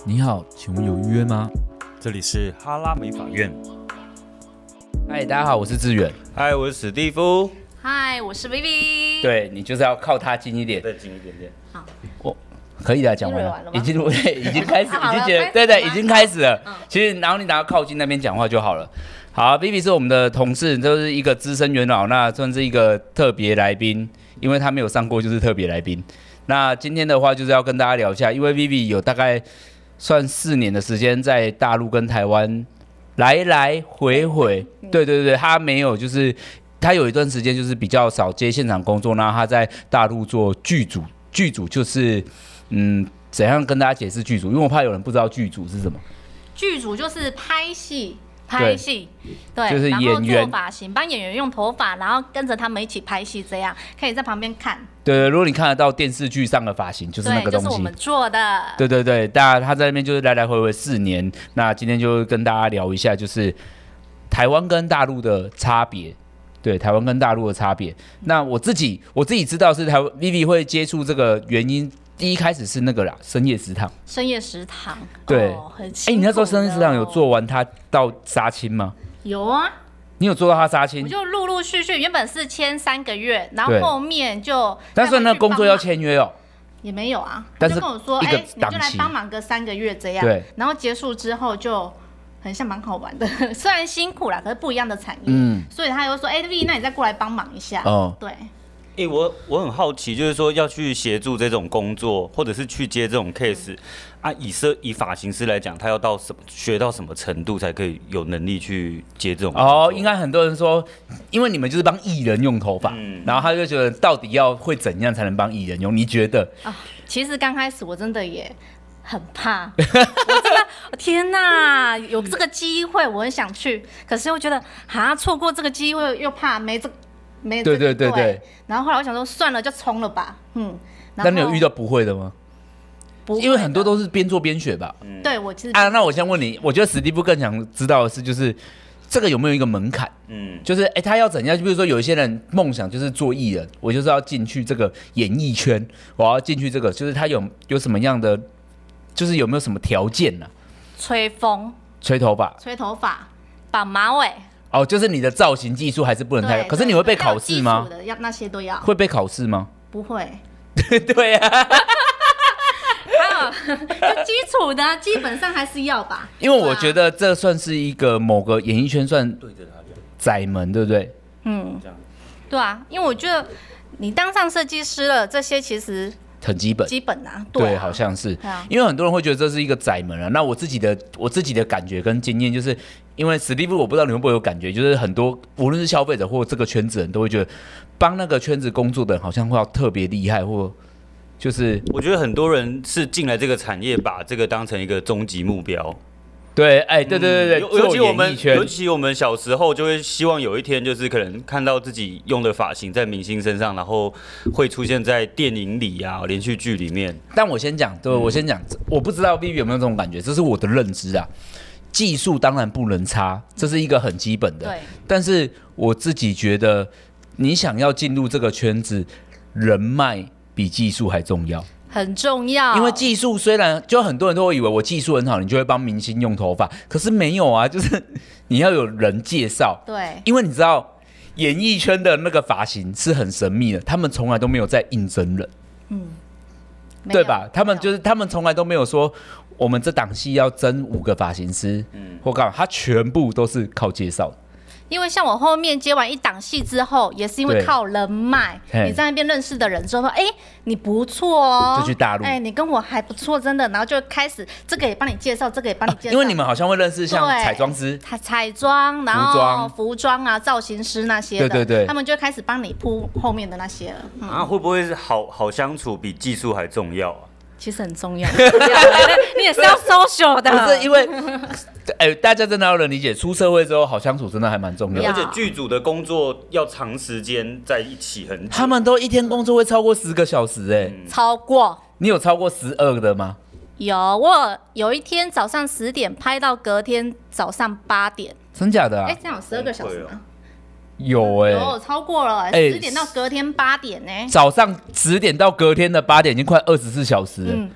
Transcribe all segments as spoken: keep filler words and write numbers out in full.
你好，请问有预约吗？ 这里是哈拉美法院。 嗨，大家好，我是志远。 嗨，我是史蒂夫。 嗨，我是 Vivi。 对，你就是要靠他近一点。 再近一点点。 好， 我可以的，讲完了，已经已经开始，已经觉得对对，已经开始了。其实，然后你等下靠近那边讲话就好了。好 ，Vivi 是我们的同事，就是一个资深元老，那算是一个特别来宾，因为他没有上过，就是特别来宾。那今天的话，就是要跟大家聊一下，因为 Vivi 有大概算四年的时间在大陆跟台湾来来回回，对对对，他没有就是。他有一段时间就是比较少接现场工作，然后他在大陆做剧组，剧组就是嗯，怎样跟大家解释剧组？因为我怕有人不知道剧组是什么。 剧组就是拍戏，拍戏，对， 就是演员然后做发型，帮演员用头发，然后跟着他们一起拍戏，这样可以在旁边看。 对，如果你看得到电视剧上的发型，就是那个东西， 就是我们做的。 对对对，大家他在那边就是来来回回四年，那今天就跟大家聊一下，就是台湾跟大陆的差别。对台湾跟大陆的差别，那我自己我自己知道是台湾 Vivi 会接触这个原因，第一开始是那个啦，深夜食堂。 深夜食堂， 对， 哦、很辛苦。 哎、欸，你那时候深夜食堂有做完它到杀青吗？ 有啊， 你有做到他杀青？ 我就陆陆续续，原本是签三个月，然后后面就， 但是那工作要签约哦。 也没有啊， 但是就跟我说，哎、欸，你就来帮忙个三个月这样， 对， 然后结束之后就。很像蛮好玩的，虽然辛苦啦，可是不一样的产业，嗯，所以他又说，哎、欸、，V， 那你再过来帮忙一下，哦，对。哎、 欸，我我很好奇，就是说要去协助这种工作，或者是去接这种 case，、嗯、啊，以设以发型师来讲，他要到什么学到什么程度才可以有能力去接这种工作？ 哦，应该很多人说，因为你们就是帮艺人用头发，嗯、然后他就觉得到底要会怎样才能帮艺人用？你觉得？ 啊，其实刚开始我真的也。很怕，我真的，天哪！有这个机会，我很想去，可是又觉得啊，错过这个机会又怕没这没这个对对对对。 然后后来我想说，算了，就冲了吧，嗯。 那你有遇到不会的吗？ 不会的， 因为很多都是边做边学吧。 嗯、对，我其实啊，那我先问你，我觉得史蒂夫更想知道的是，就是这个有没有一个门槛？嗯，就是哎、欸，他要怎样？就比如说有一些人梦想就是做艺人，我就是要进去这个演艺圈，我要进去这个，就是他有有什么样的？就是有没有什么条件呢、啊？ 吹风、 吹头发、 吹头发、绑马尾。 哦，就是你的造型技术还是不能太……可是你会被考试吗？ 要那些都要。 会被考试吗？ 不会。 对啊。 啊，就基础的，基本上还是要吧。 因为我觉得这算是一个某个演艺圈算窄门，对不对？ 嗯，对啊，因为我觉得你当上设计师了，这些其实。 很基本， 基本啊， 对，对好像是、啊，因为很多人会觉得这是一个窄门啊。那我自己的我自己的感觉跟经验，就是因为史蒂夫，我不知道你会不会有感觉，就是很多无论是消费者或这个圈子人都会觉得，帮那个圈子工作的人好像会要特别厉害，或就是我觉得很多人是进来这个产业，把这个当成一个终极目标。 对，哎，对对对对， 尤其我们，尤其我们小时候就会希望有一天，就是可能看到自己用的发型在明星身上，然后会出现在电影里啊、连续剧里面。 但我先讲，对，我先讲，我不知道 Vivi 有没有这种感觉，这是我的认知啊。技术当然不能差，这是一个很基本的。 对。 但是我自己觉得，你想要进入这个圈子，人脉比技术还重要。 很重要， 因为技术虽然就很多人都会以为我技术很好，你就会帮明星用头发，可是没有啊，就是你要有人介绍。 对， 因为你知道演艺圈的那个发型是很神秘的，他们从来都没有在应征人，嗯，对吧？他们就是他们从来都没有说我们这档戏要征五个发型师，嗯，或干嘛，他全部都是靠介绍的。 因为像我后面接完一档戏之后，也是因为靠人脉，你在那边认识的人之后说，哎、欸，你不错哦， 就去大陆， 哎、欸，你跟我还不错，真的，然后就开始这个也帮你介绍，这个也帮你介绍、啊， 因为你们好像会认识像彩妆师、 彩妆，然后服装啊、造型师那些的， 对对对， 他们就会开始帮你铺后面的那些了。 嗯、啊，会不会是好好相处比技术还重要啊？ 其实很重要，你也是要 social 的。 不是因为，哎、欸，大家真的要能理解，出社会之后好相处真的还蛮重要的。 而且剧组的工作要长时间在一起很久， 他们都一天工作会超过十个小时、欸，哎、 嗯，超过。 你有超过十二的吗？ 有，我有一天早上十点拍到隔天早上八点。 真假的啊？ 哎、欸，这样有十二个小时吗？ 有哎、欸， 有超过了、欸，十、欸、点到隔天八点呢、欸。 早上十点到隔天的八点，已经快二十四小时了。嗯，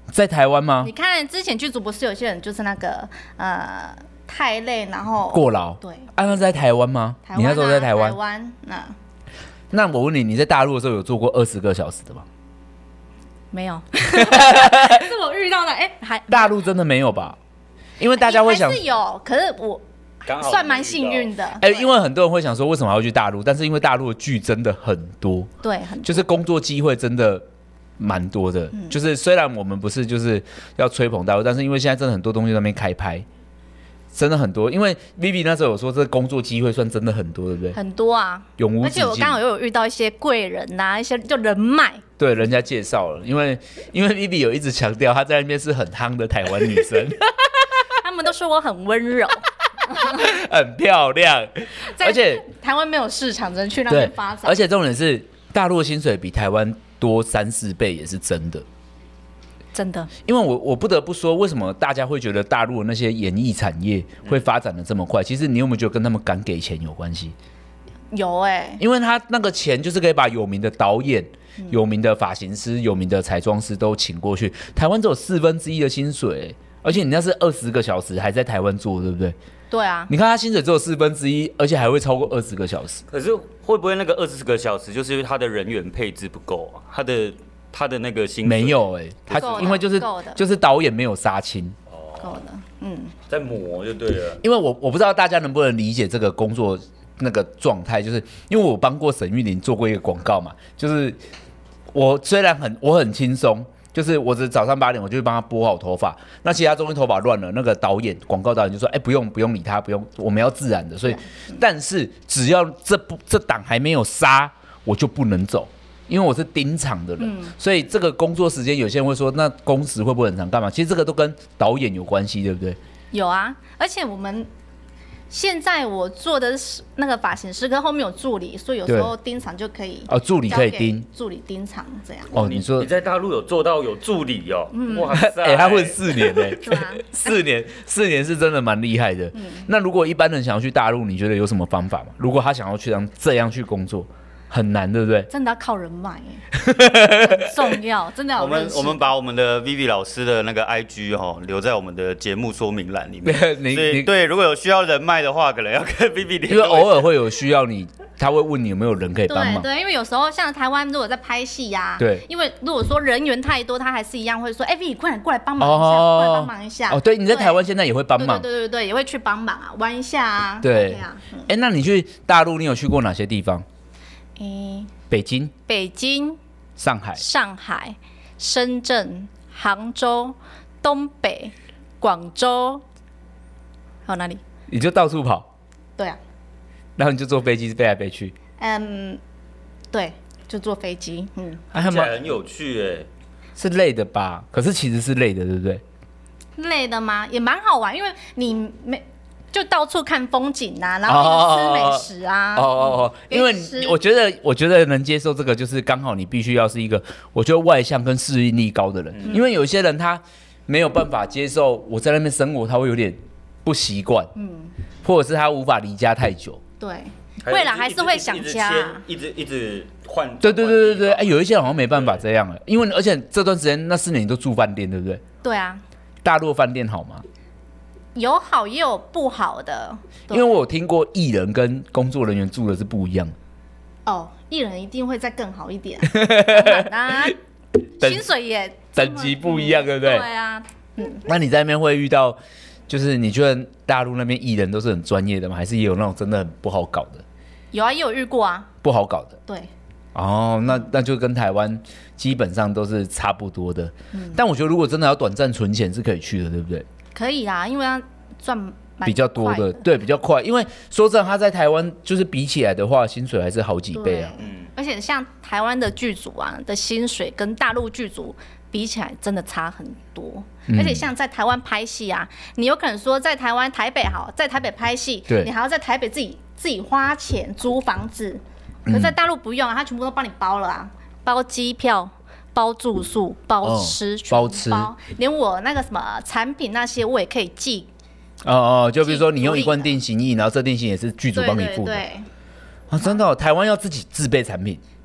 在台湾吗？ 你看之前剧组不是有些人就是那个呃太累，然后过劳。 对， 啊，那是在台湾吗？ 台湾啊、 你那时候在台湾？ 台湾那。 那我问你，你在大陆的时候有做过二十个小时的吗？ 没有，是我遇到的。哎、欸，还大陆真的没有吧？因为大家会想、 欸、是有，可是我算蛮幸运的。哎、 欸，因为很多人会想说，为什么要去大陆？但是因为大陆的剧真的很多， 对，很多就是工作机会真的蛮多的。嗯、就是虽然我们不是就是要吹捧大陆，但是因为现在真的很多东西在那边开拍。真的很多，因为 Vivi 那时候有说，这工作机会算真的很多，对不对？ 很多啊， 永无止境。 而且我刚好又有遇到一些贵人呐、啊，一些就人脉。 对，人家介绍了，因为因为 Vivi 有一直强调，她在那边是很夯的台湾女生。 他们都说我很温柔， 很漂亮，而且台湾没有市场，只能去那边发展。 而且重点是，大陆的薪水比台湾多三四倍，也是真的。 真的， 因为我我不得不说，为什么大家会觉得大陆的那些演艺产业会发展的这么快？其实你有没有觉得跟他们敢给钱有关系？ 有哎、欸， 因为他那个钱就是可以把有名的导演、嗯、有名的发型师、有名的彩妆师都请过去。台湾只有四分之一的薪水、欸，而且你那是二十个小时还在台湾做，对不对？ 对啊， 你看他薪水只有四分之一，而且还会超过二十个小时。 可是会不会那个二十个小时，就是因为他的人员配置不够啊？他的他的那个薪水没有哎、欸，他因为就是就是导演没有杀青， 够的，嗯， 在磨就对了。 因为我我不知道大家能不能理解这个工作那个状态，就是因为我帮过沈玉琳做过一个广告嘛，就是我虽然很我很轻松。就是我只早上八点，我就会帮他拨好头发。那其他中间头发乱了，那个导演、广告导演就说：“哎、欸，不用不用理他，不用，我们要自然的。”所以，但是只要这部这档还没有杀，我就不能走，因为我是盯场的人。嗯、所以这个工作时间，有些人会说，那工时会不会很长？干嘛？其实这个都跟导演有关系，对不对？ 有啊，而且我们。现在我做的是那个发型师，跟后面有助理，所以有时候盯场就可以哦，助理可以盯， 助理盯场这样。 哦，你说你在大陆有做到有助理哦，嗯、哇塞， 哎、欸，他混四年哎、欸， 对啊， 四年四年是真的蛮厉害的。嗯、那如果一般人想要去大陆，你觉得有什么方法吗？如果他想要去这样这样去工作？很难，对不对？ 真的要靠人脉，很重要，真的要有认识。 我们我们把我们的 Vivi 老师的那个 I G 哈、哦、留在我们的节目说明栏里面。 你所以对，如果有需要人脉的话，可能要跟 Vivi 联络。 因为偶尔会有需要你，他会问你有没有人可以帮忙。 对对，因为有时候像台湾如果在拍戏呀、啊， 对， 因为如果说人员太多，他还是一样会说，哎、欸、，Vivi 快点过来帮忙一下，哦、过来帮忙一下。 哦，对，你在台湾现在也会帮忙。 对对对对，也会去帮忙啊，玩一下啊。 对啊，哎、嗯欸，那你去大陆，你有去过哪些地方？ 欸、 北京、 北京、 上海、 上海、深圳、杭州、东北、广州，还有哪里？ 你就到处跑。 对啊。 然后你就坐飞机飞来飞去。 嗯，对，就坐飞机。嗯， 听起来很有趣哎。 是累的吧？可是其实是累的，对不对？ 累的吗？也蛮好玩，因为你没。就到处看风景啊，然后吃美食啊。 哦哦哦，因为我觉得，我觉得能接受这个，就是刚好你必须要是一个，我觉得外向跟适应力高的人。嗯、因为有一些人他没有办法接受我在那边生活，他会有点不习惯，嗯，或者是他无法离家太久。 对，会啦，还是会想家、啊， 一直一直换。 对对对对对，哎、欸，有一些人好像没办法这样了，因为而且这段时间那四年你都住饭店，对不对？ 对啊。 大陆饭店好吗？ 有好也有不好的， 因为我有听过艺人跟工作人员住的是不一样。 哦，艺人一定会再更好一点，当然啊，薪水也等级不一样，对不对？ 对啊， 嗯。那你在那边会遇到，就是你觉得大陆那边艺人都是很专业的吗？还是也有那种真的很不好搞的？ 有啊，也有遇过啊， 不好搞的。 对。 哦，那那就跟台湾基本上都是差不多的。嗯。但我觉得如果真的要短暂存钱是可以去的，对不对？ 可以啦，因为他赚比较多的，对，比较快。因为说真的，他在台湾就是比起来的话，薪水还是好几倍啊。 嗯，而且像台湾的剧组啊的薪水跟大陆剧组比起来，真的差很多。嗯、而且像在台湾拍戏啊，你有可能说在台湾台北好，在台北拍戏，你还要在台北自己自己花钱租房子，可是在大陆不用啊，他全部都帮你包了啊，包机票。包住宿、包吃、哦、 包吃， 连我那个什么产品那些我也可以寄。 哦哦，就比如说你用一罐定型液，然后这定型也是剧组帮你付的。对对对啊，真的、哦，台湾要自己自备产品。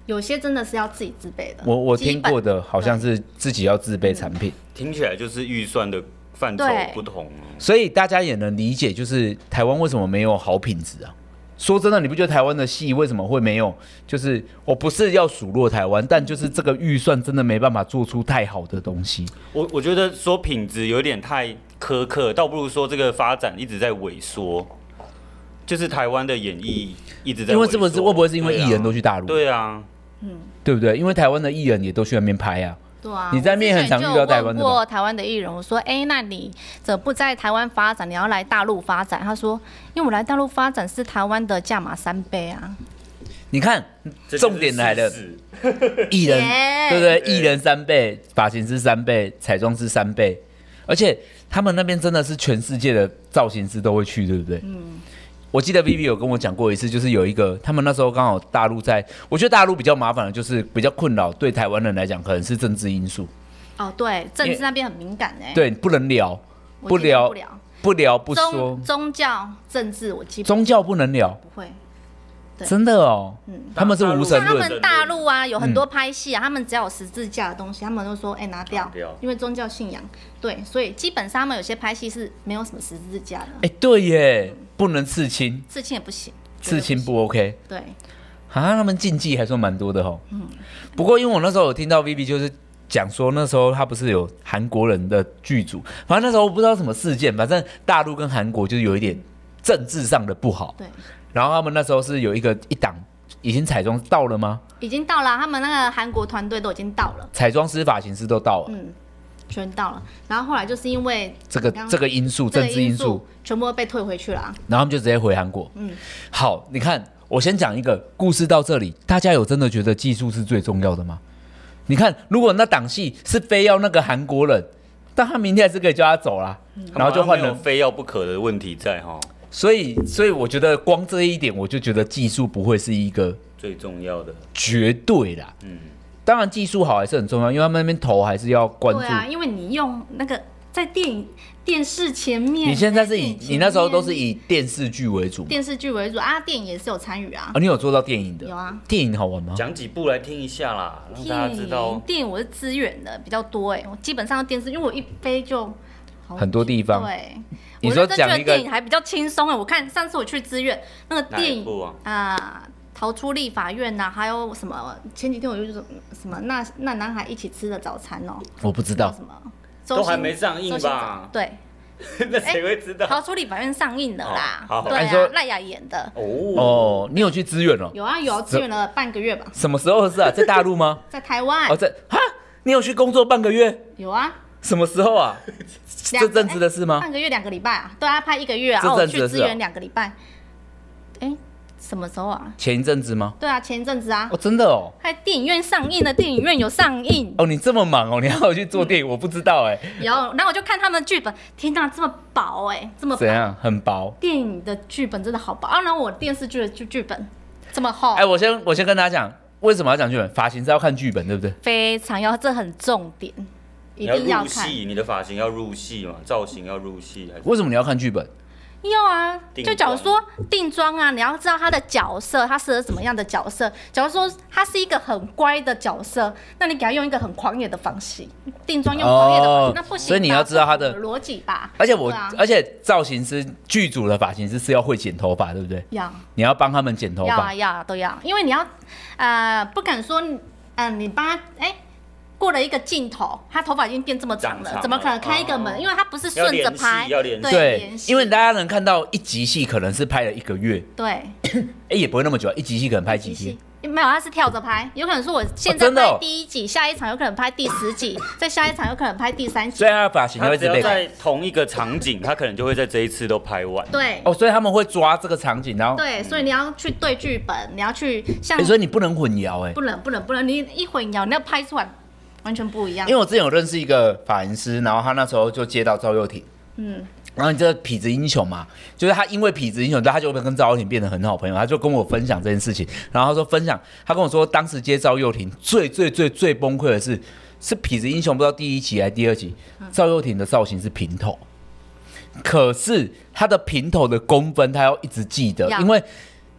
有些真的是要自己自备的。 我我听过的好像是自己要自备产品， 听起来就是预算的范畴不同、啊， 所以大家也能理解，就是台湾为什么没有好品质啊？说真的，你不觉得台湾的戏为什么会没有？就是我不是要数落台湾，但就是这个预算真的没办法做出太好的东西。 我我觉得说品质有点太苛刻，倒不如说这个发展一直在萎缩。就是台湾的演艺一直在萎缩， 因为是不是会不会是因为艺人都去大陆？ 对啊， 嗯， 对不对？因为台湾的艺人也都去那边拍啊。 对啊， 你在面很常遇到台湾的吗？ 我问过台湾的艺人，我说：“哎、欸，那你怎么不在台湾发展？你要来大陆发展？”他说：“因为我来大陆发展是台湾的价码三倍啊。” 你看，重点来了，艺人对不对？艺人三倍，发型师三倍，彩妆师三倍，而且他们那边真的是全世界的造型师都会去，对不对？嗯。我记得 Vivi 有跟我讲过一次，就是有一个他们那时候刚好大陆在，我觉得大陆比较麻烦的就是比较困扰，对台湾人来讲可能是政治因素。 哦，对，政治那边很敏感哎、欸。 对，不能聊，不聊，不聊，不聊不说。 宗宗教、政治，我基本宗教不能聊， 不会。 真的哦，嗯，他们是无神论。 他们大陆啊，有很多拍戏啊，嗯、他们只要有十字架的东西，他们都说哎、欸、拿掉，因为宗教信仰。对，所以基本上他们有些拍戏是没有什么十字架的。 哎、欸，对耶，嗯、不能刺青， 刺青也不行， 刺青不 OK。 对， 啊，他们禁忌还算蛮多的哦。嗯，不过因为我那时候有听到 Vivi 就是讲说，那时候他不是有韩国人的剧组，反正那时候我不知道什么事件，反正大陆跟韩国就是有一点政治上的不好。 对。然后他们那时候是有一个一档已经彩妆到了吗？ 已经到了，他们那个韩国团队都已经到了， 彩妆师、发型师都到了， 嗯，全到了。然后后来就是因为这个这个因素，政治因素， 全部都被退回去了、啊。 然后他们就直接回韩国。嗯，好，你看，我先讲一个故事到这里，大家有真的觉得技术是最重要的吗？你看，如果那档戏是非要那个韩国人，但他明天还是可以叫他走啦，嗯、然后就换人， 非要不可的问题在哈。 所以，所以我觉得光这一点，我就觉得技术不会是一个最重要的， 绝对啦。嗯，当然技术好还是很重要，因为他们那边头还是要关注。对啊，因为你用那个在电影电视前面， 你现在是以你那时候都是以电视剧为主， 电视剧为主啊，电影也是有参与啊。 啊，你有做到电影的？ 有啊。 电影好玩吗？ 讲几部来听一下啦，让大家知道。 电影我是资源的比较多哎、欸，我基本上电视，因为我一飞就。 很多地方， 对， 你说讲一个电影还比较轻松哎，我看上次我去资源那个电影啊，呃，逃出立法院呐、啊，还有什么前几天我就是什么那那男孩一起吃的早餐哦， 我不知道什么， 都还没上映吧？ 对， 那谁会知道？ 逃出立法院上映了啦， 哦、 对啊，赖雅演的哦哦，你有去支援哦？ 有啊有，支援了半个月吧？ 什么时候的事啊？在大陆吗？ 在台湾哦，在哈，你有去工作半个月？ 有啊。 什么时候啊？这阵子的事吗？ 半个月、两个礼拜啊，对啊，拍一个月啊，然后我去支援两个礼拜。哎，什么时候啊？ 前一阵子吗？ 对啊，前一阵子啊。 哦，真的哦。 还电影院上映了，电影院有上映。 哦，你这么忙哦，你还有去做电影，我不知道哎。 有，然后我就看他们的剧本，天哪，这么薄哎，这么薄。 怎样？很薄。 电影的剧本真的好薄啊，然后我电视剧的剧剧本这么厚。 哎，我先我先跟大家讲，为什么要讲剧本？发型是要看剧本，对不对？ 非常要，这很重点。 你要入戏，你的发型要入戏嘛，造型要入戏。 为什么你要看剧本？ 要啊，就假如说定妆啊，你要知道他的角色，他适合什么样的角色。假如说他是一个很乖的角色，那你给他用一个很狂野的发型，定妆用狂野的发型，哦、那不行。 所以你要知道他的逻辑吧。 而且我，啊、而且造型师剧组的发型师是要会剪头发，对不对？ 要， 你要帮他们剪头发。 要啊，要啊，都要，因为你要，呃，不敢说，嗯、呃，你帮他，哎、欸。过了一个镜头，他头发已经变这么长了，长了怎么可能开一个门？哦、因为他不是顺着拍， 对，因为大家能看到一集戏可能是拍了一个月， 对， 哎、欸、也不会那么久，一集戏可能拍几天。 没有，他是跳着拍，有可能说我现在拍第一集，哦哦、下一场有可能拍第十集，再下一场有可能拍第三集。 所以他的发型会一直被在同一个场景，他可能就会在这一次都拍完。 对， 哦，所以他们会抓这个场景，然后对，所以你要去对剧本，你要去像， 欸、所以你不能混淆，哎， 不能不能不能，你一混淆，你要拍出来。完全不一样， 因为我之前有认识一个发型师，然后他那时候就接到赵又廷，嗯，然后你这痞子英雄嘛，就是他因为痞子英雄，他就跟赵又廷变得很好朋友，他就跟我分享这件事情，然后他说分享，他跟我说当时接赵又廷最最最最崩溃的是，是痞子英雄不知道第一集还是第二集，赵又廷的造型是平头，可是他的平头的公分他要一直记得，因为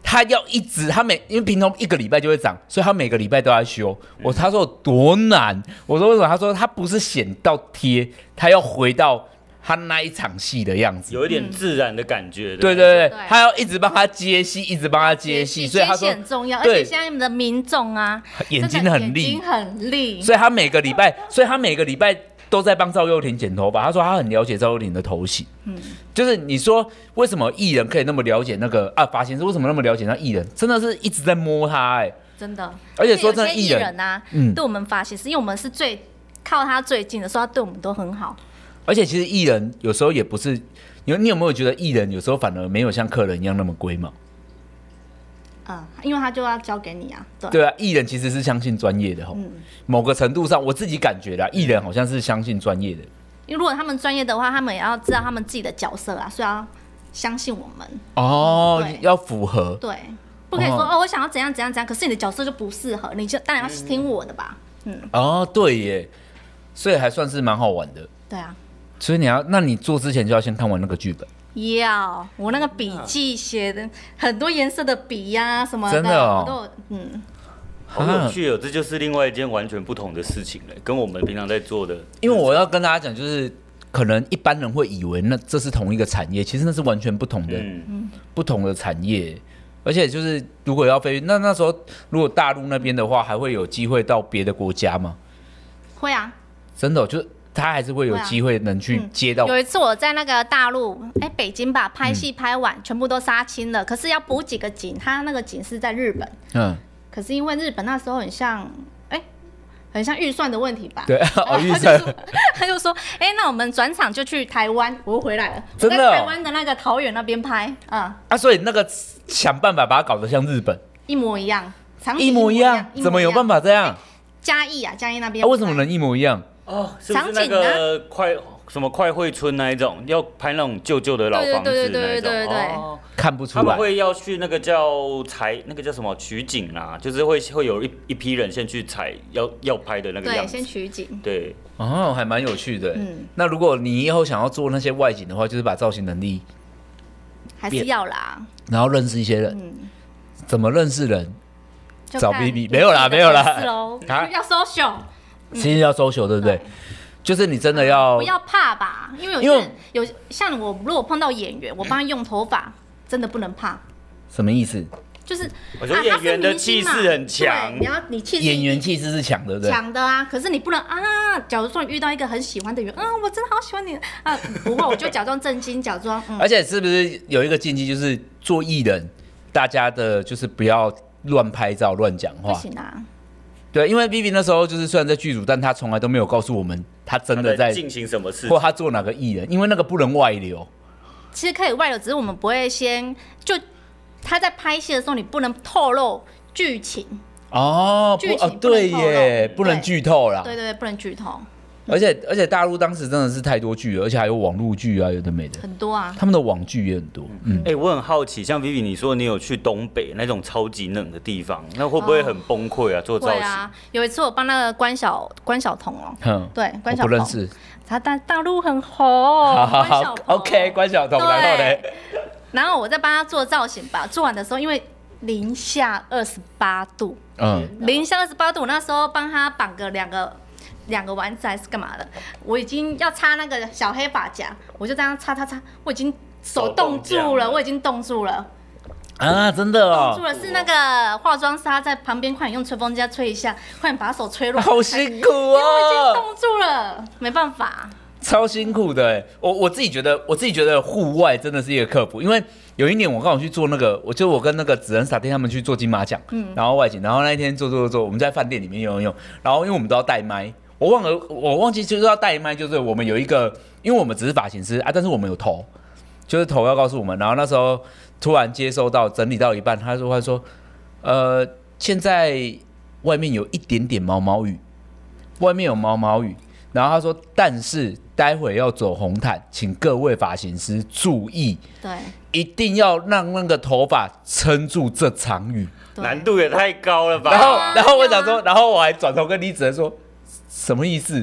他要一直，他每因为平头一个礼拜就会长，所以他每个礼拜都要修。我他说有多难，我说为什么？他说他不是显到贴，他要回到他那一场戏的样子， 有一点自然的感觉。 对对对，他要一直帮他接戏，一直帮他接戏，所以他说很重要。而且现在的民众啊， 眼睛很利， 眼睛很利， 所以他每个礼拜，所以他每个礼拜。都在帮赵又廷剪头发，他说他很了解赵又廷的头型，嗯，就是你说为什么艺人可以那么了解那个啊发型师为什么那么了解那艺人，真的是一直在摸他哎、欸， 真的， 而且说真的艺人, 人啊，嗯，对我们发型师，因为我们是最靠他最近的，所以他对我们都很好。 而且其实艺人有时候也不是，你你有没有觉得艺人有时候反而没有像客人一样那么龟毛？ 嗯，因为他就要交给你啊，对对啊，艺人其实是相信专业的吼、嗯，某个程度上我自己感觉啦，艺人好像是相信专业的。 因为如果他们专业的话，他们也要知道他们自己的角色啊，所以要相信我们。 哦，要符合。 对，不可以说 哦, 哦，我想要怎样怎样怎样，可是你的角色就不适合，你就当然要听我的吧。嗯。 哦，对耶，所以还算是蛮好玩的。 对啊。 所以你要，那你做之前就要先看完那个剧本。 要，我那个笔记写的很多颜色的笔呀、啊、什么的， 真的哦， 我都嗯， 好有趣哦，这就是另外一件完全不同的事情了，跟我们平常在做的。 因为我要跟大家讲，就是可能一般人会以为那这是同一个产业，其实那是完全不同的，嗯、不同的产业。而且就是如果要飞，那那时候如果大陆那边的话，还会有机会到别的国家吗？ 会啊， 真的、哦，就是。他还是会有机会能去接到、 啊嗯。有一次我在那个大陆，哎、欸，北京吧，拍戏拍完、嗯，全部都杀青了。可是要补几个景，他那个景是在日本。嗯。可是因为日本那时候很像，哎、欸，很像预算的问题吧？ 对，哦，预算。 他就说，哎、欸，那我们转场就去台湾，我又回来了。 真的、哦。 在台湾的那个桃园那边拍，啊、 嗯。啊，所以那个想办法把它搞得像日本， 一模一样，场景一模一样，怎么有办法这样？ 欸、嘉义啊，嘉义那边、 啊。为什么能一模一样？ 哦，是不是那个快、啊、什么快惠村那一种，要拍那种旧旧的老房子那种？对对对对对对、哦， 看不出来。 他们会要去那个叫采，那个叫什么取景啊，就是会会有一一批人先去采要要拍的那个样子。 对，先取景。 对， 哦，还蛮有趣的。嗯，那如果你以后想要做那些外景的话，就是把造型能力还是要啦， 然后认识一些人。嗯，怎么认识人？找 B B 没有啦，没有啦。 是喽，要 social。 其实要 social 对不对？就是你真的要不要怕吧，因为有些人有像我，如果碰到演员，我帮他用头发，真的不能怕。 什么意思？ 就是我觉得演员的气势很强， 你要你气势演员气势是强的，对不对？ 强的啊，可是你不能啊。假如说你遇到一个很喜欢的人，啊，我真的好喜欢你啊，不会，我就假装震惊，假装。嗯、 而且是不是有一个禁忌，就是做艺人，大家的就是不要乱拍照、乱讲话。 不行啊。 对，因为 Vivi 那时候就是虽然在剧组，但他从来都没有告诉我们他真的在进行什么事， 或他做哪个艺人，因为那个不能外流。 其实可以外流，只是我们不会先就他在拍戏的时候，你不能透露剧情哦， 剧情哦对耶，不能剧透啦。 对对对，不能剧透。 而且而且大陆当时真的是太多剧了，而且还有网络剧啊，有的没的， 很多啊。 他们的网剧也很多。 嗯，哎、欸，我很好奇，像 Vivi 你说你有去东北那种超级冷的地方，那会不会很崩溃啊？哦、做造型？ 会啊。有一次我帮那个关晓关晓彤哦，嗯，对，关晓彤不认识， 他大大陆很红。 好好好 ，OK， 关晓彤，然后呢？ 然后我在帮他做造型吧，做完的时候因为零下二十八度，嗯，零下二十八度，我那时候帮他绑个两个。两个丸子还是干嘛的？我已经要插那个小黑发夹，我就这样插插插，我已经手冻住了，我已经冻住了。 啊，真的哦！ 冻住了是那个化妆师，他在旁边快点用吹风机再吹一下，快点把手吹落。 好辛苦哦！ 我已经冻住了，没办法。 超辛苦的哎，我我自己觉得，我自己觉得户外真的是一个克服，因为有一年我刚好去做那个，我就我跟那个子恩傻天他们去做金马奖，嗯，然后外景，然后那一天做做做，我们在饭店里面用用，然后因为我们都要带麦。我忘了，我忘记就是要带麦，就是我们有一个，因为我们只是发型师啊，但是我们有头，就是头要告诉我们。然后那时候突然接收到，整理到一半，他说他说，呃，现在外面有一点点毛毛雨，外面有毛毛雨。然后他说，但是待会要走红毯，请各位发型师注意， 对， 一定要让那个头发撑住这场雨， 难度也太高了吧？ 然后然后我想说，然后我还转头跟李子恩说。什么意思？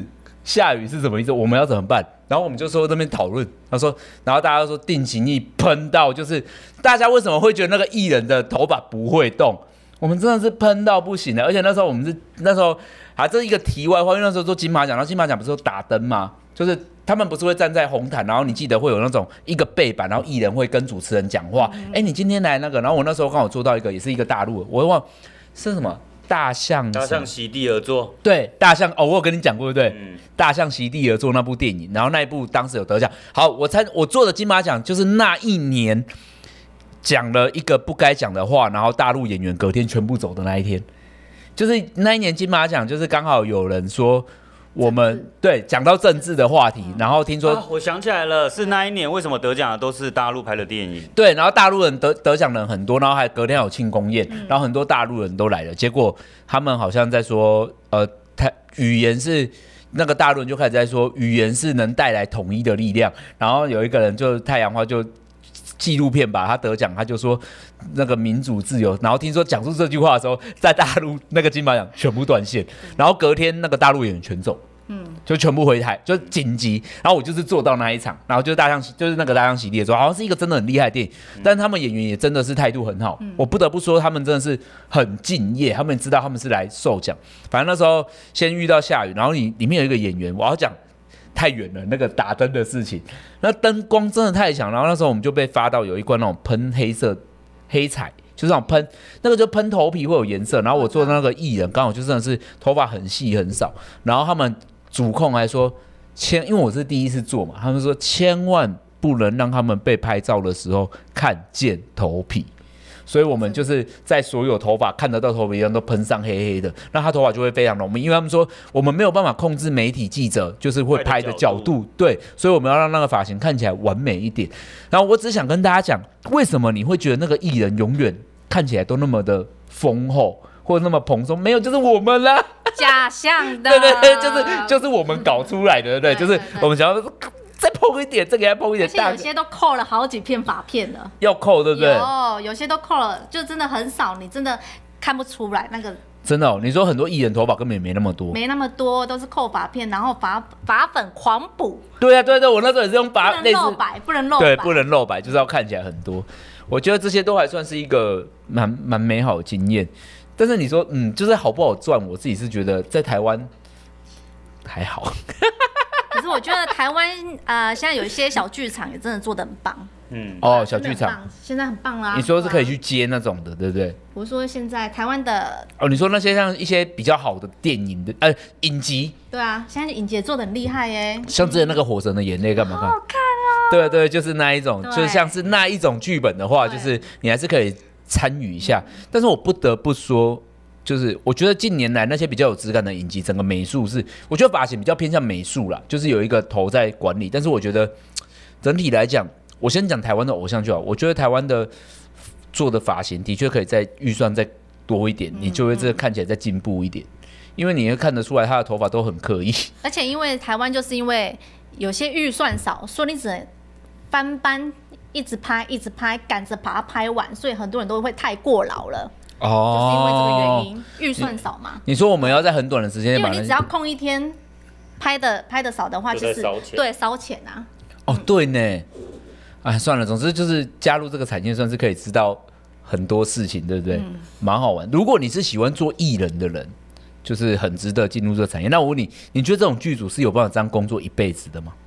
下雨是什么意思？我们要怎么办？然后我们就说那边讨论，他说，然后大家都说定型液喷到，就是大家为什么会觉得那个艺人的头发不会动？我们真的是喷到不行的，而且那时候我们是那时候啊，这是一个题外话，因为那时候做金马奖，然后金马奖不是有打灯吗？就是他们不是会站在红毯，然后你记得会有那种一个背板，然后艺人会跟主持人讲话。哎、嗯，你今天来那个，然后我那时候刚好做到一个，也是一个大陆，我忘是什么。大象， 大象席地而坐。 对，大象哦，我有跟你讲过，对不对？嗯、大象席地而坐那部电影，然后那一部当时有得奖。好，我参我做的金马奖就是那一年讲了一个不该讲的话，然后大陆演员隔天全部走的那一天，就是那一年金马奖，就是刚好有人说。我们对讲到政治的话题，然后听说、 啊、我想起来了，是那一年为什么得奖的都是大陆拍的电影？ 对，然后大陆人得得奖的人很多，然后还隔天有庆功宴、嗯，然后很多大陆人都来了。结果他们好像在说，呃，他语言是那个大陆人就开始在说，语言是能带来统一的力量。然后有一个人就太阳花就纪录片吧，他得奖，他就说那个民主自由。然后听说讲出这句话的时候，在大陆那个金马奖全部断线，然后隔天那个大陆演员全走。嗯，就全部回台，就紧急。然后我就是做到那一场，然后就是大象，就是那个大象席地的时候，好像是一个真的很厉害的电影。嗯、但是他们演员也真的是态度很好、嗯，我不得不说他们真的是很敬业，他们知道他们是来受奖。反正那时候先遇到下雨，然后你里面有一个演员，我要讲太远了，那个打灯的事情，那灯光真的太强。然后那时候我们就被发到有一罐那种喷黑色黑彩。就是那种喷，那个就喷头皮会有颜色。然后我做的那个艺人刚好就真的是头发很细很少，然后他们主控还说，千因为我是第一次做嘛，他们说千万不能让他们被拍照的时候看见头皮，所以我们就是在所有头发看得到头皮上都喷上黑黑的，那他头发就会非常浓密，因为他们说我们没有办法控制媒体记者就是会拍的角度，对，所以我们要让那个发型看起来完美一点。然后我只想跟大家讲，为什么你会觉得那个艺人永远看起来都那么的丰厚或者那么蓬松？没有，就是我们啦， 假象的， 对对对，就是就是我们搞出来的，对不对？就是我们想要再碰一点，这个要碰一点， 而且有些都扣了好几片发片了， 要扣对不对？ 有，有些都扣了，就真的很少，你真的看不出来那个。 真的哦，你说很多艺人头发根本也没那么多， 没那么多，都是扣发片，然后发发粉狂补。 对啊，对对，我那时候也是用发， 不能露白，不能露白， 对，不能露白，就是要看起来很多。我觉得这些都还算是一个蛮蛮美好的经验，但是你说，嗯，就是好不好赚，我自己是觉得在台湾还好。 可是我觉得台湾呃，现在有一些小剧场也真的做得很棒。 嗯，哦，小剧场现在很棒啦。 你说是可以去接那种的，对不对？ 我说现在台湾的哦，你说那些像一些比较好的电影的呃影集， 对啊，现在影集也做得很厉害耶。 像之前那个《火神的眼泪》干嘛看？ 好好看哦。 对对，就是那一种，就像是那一种剧本的话，就是你还是可以参与一下。但是我不得不说，就是我觉得近年来那些比较有质感的影集，整个美术是，我觉得发型比较偏向美术啦，就是有一个头在管理。但是我觉得整体来讲，我先讲台湾的偶像就好。我觉得台湾的做的发型的确可以在预算再多一点，你就会这个看起来再进步一点，因为你会看得出来他的头发都很刻意。 而且因为台湾就是因为有些预算少，所以你只能翻班一直拍一直拍，赶着把它拍完，所以很多人都会太过劳了。哦，就是因为这个原因，预算少嘛。 你说我们要在很短的时间内把， 因为你只要空一天拍的拍的少的话，就是对烧钱啊。 哦，对呢。哎，算了，总之就是加入这个产业，算是可以知道很多事情，对不对？蛮、嗯、好玩。如果你是喜欢做艺人的人，就是很值得进入这个产业。那我问你，你觉得这种剧组是有办法这样工作一辈子的吗？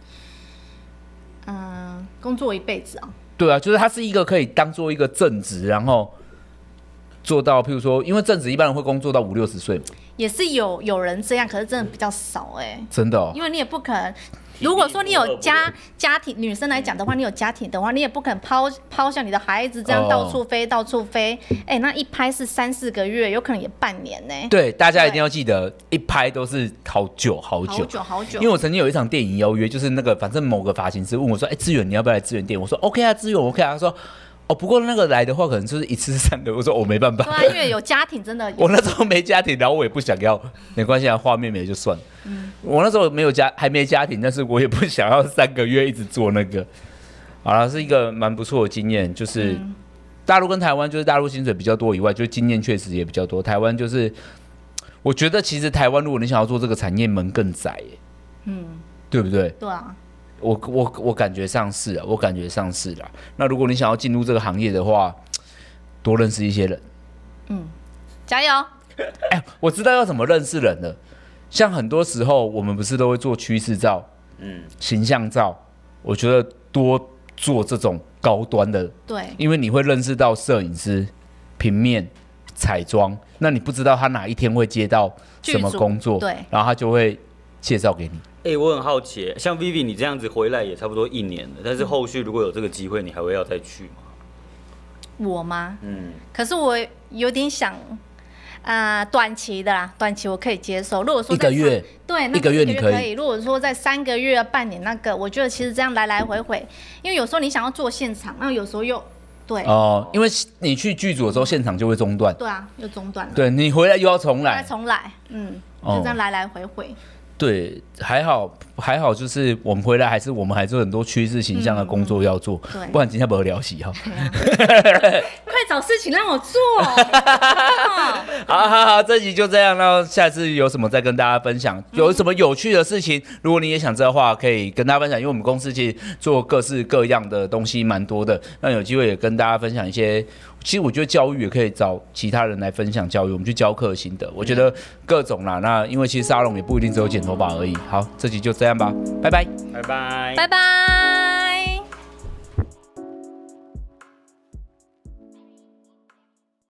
嗯，工作一辈子啊？ 对啊，就是它是一个可以当做一个正职，然后做到，譬如说，因为正职一般人会工作到五六十岁， 也是有有人这样，可是真的比较少哎、欸。 真的哦， 因为你也不可能。如果说你有家家庭，女生来讲的话，你有家庭的话，你也不可能抛抛下你的孩子这样到处飞、哦、到处飞。哎、欸，那一拍是三四个月，有可能也半年呢、欸。 对，大家一定要记得，一拍都是好久好久好久好久。 因为我曾经有一场电影邀约，就是那个反正某个发型师问我说：“哎、欸，志远你要不要来支援电影？”我说 ：“OK 啊，支援 OK 啊。”他说。哦，不过那个来的话，可能就是一次三个。我说我没办法， 对啊，因为有家庭，真的。 我那时候没家庭，然后我也不想要，没关系啊，画面没就算了。嗯，我那时候没有家，还没家庭，但是我也不想要三个月一直做那个。好了，是一个蛮不错的经验，就是大陆跟台湾，就是大陆薪水比较多以外，就是经验确实也比较多。台湾就是，我觉得其实台湾如果你想要做这个产业，门更窄耶。 嗯， 对不对？ 对啊。 我我我感觉上是啊，我感觉上是啦。那如果你想要进入这个行业的话，多认识一些人。 嗯，加油！ 哎、欸，我知道要怎么认识人了。像很多时候，我们不是都会做趋势照、嗯，形象照。我觉得多做这种高端的， 对， 因为你会认识到摄影师、平面、彩妆，那你不知道他哪一天会接到什么工作， 对， 然后他就会介绍给你。 哎、欸，我很好奇，像 Vivi 你这样子回来也差不多一年了，但是后续如果有这个机会，你还会要再去吗？ 我吗？嗯，可是我有点想，呃，短期的啦，短期我可以接受。如果说一个月， 对， 一个月你可以。 如果说在三个月、半年那个，我觉得其实这样来来回回，因为有时候你想要做现场，那有时候又对哦，因为你去剧组的时候，现场就会中断。 对啊，又中断了。 对你回来又要重来， 再重来，嗯，就这样来来回回。对， 还好还好，就是我们回来还是我们还是有很多趋势形象的工作要做，嗯嗯、不然今天不会聊起哈。 快找事情让我做。 好好好，这集就这样，那下次有什么再跟大家分享，有什么有趣的事情，如果你也想知道的话，可以跟大家分享，因为我们公司其实做各式各样的东西蛮多的，那有机会也跟大家分享一些。其实我觉得教育也可以找其他人来分享教育，我们去教课的心得。我觉得各种啦，那因为其实沙龙也不一定只有剪头发而已。好，这集就这样吧，拜拜， 拜拜， 拜拜。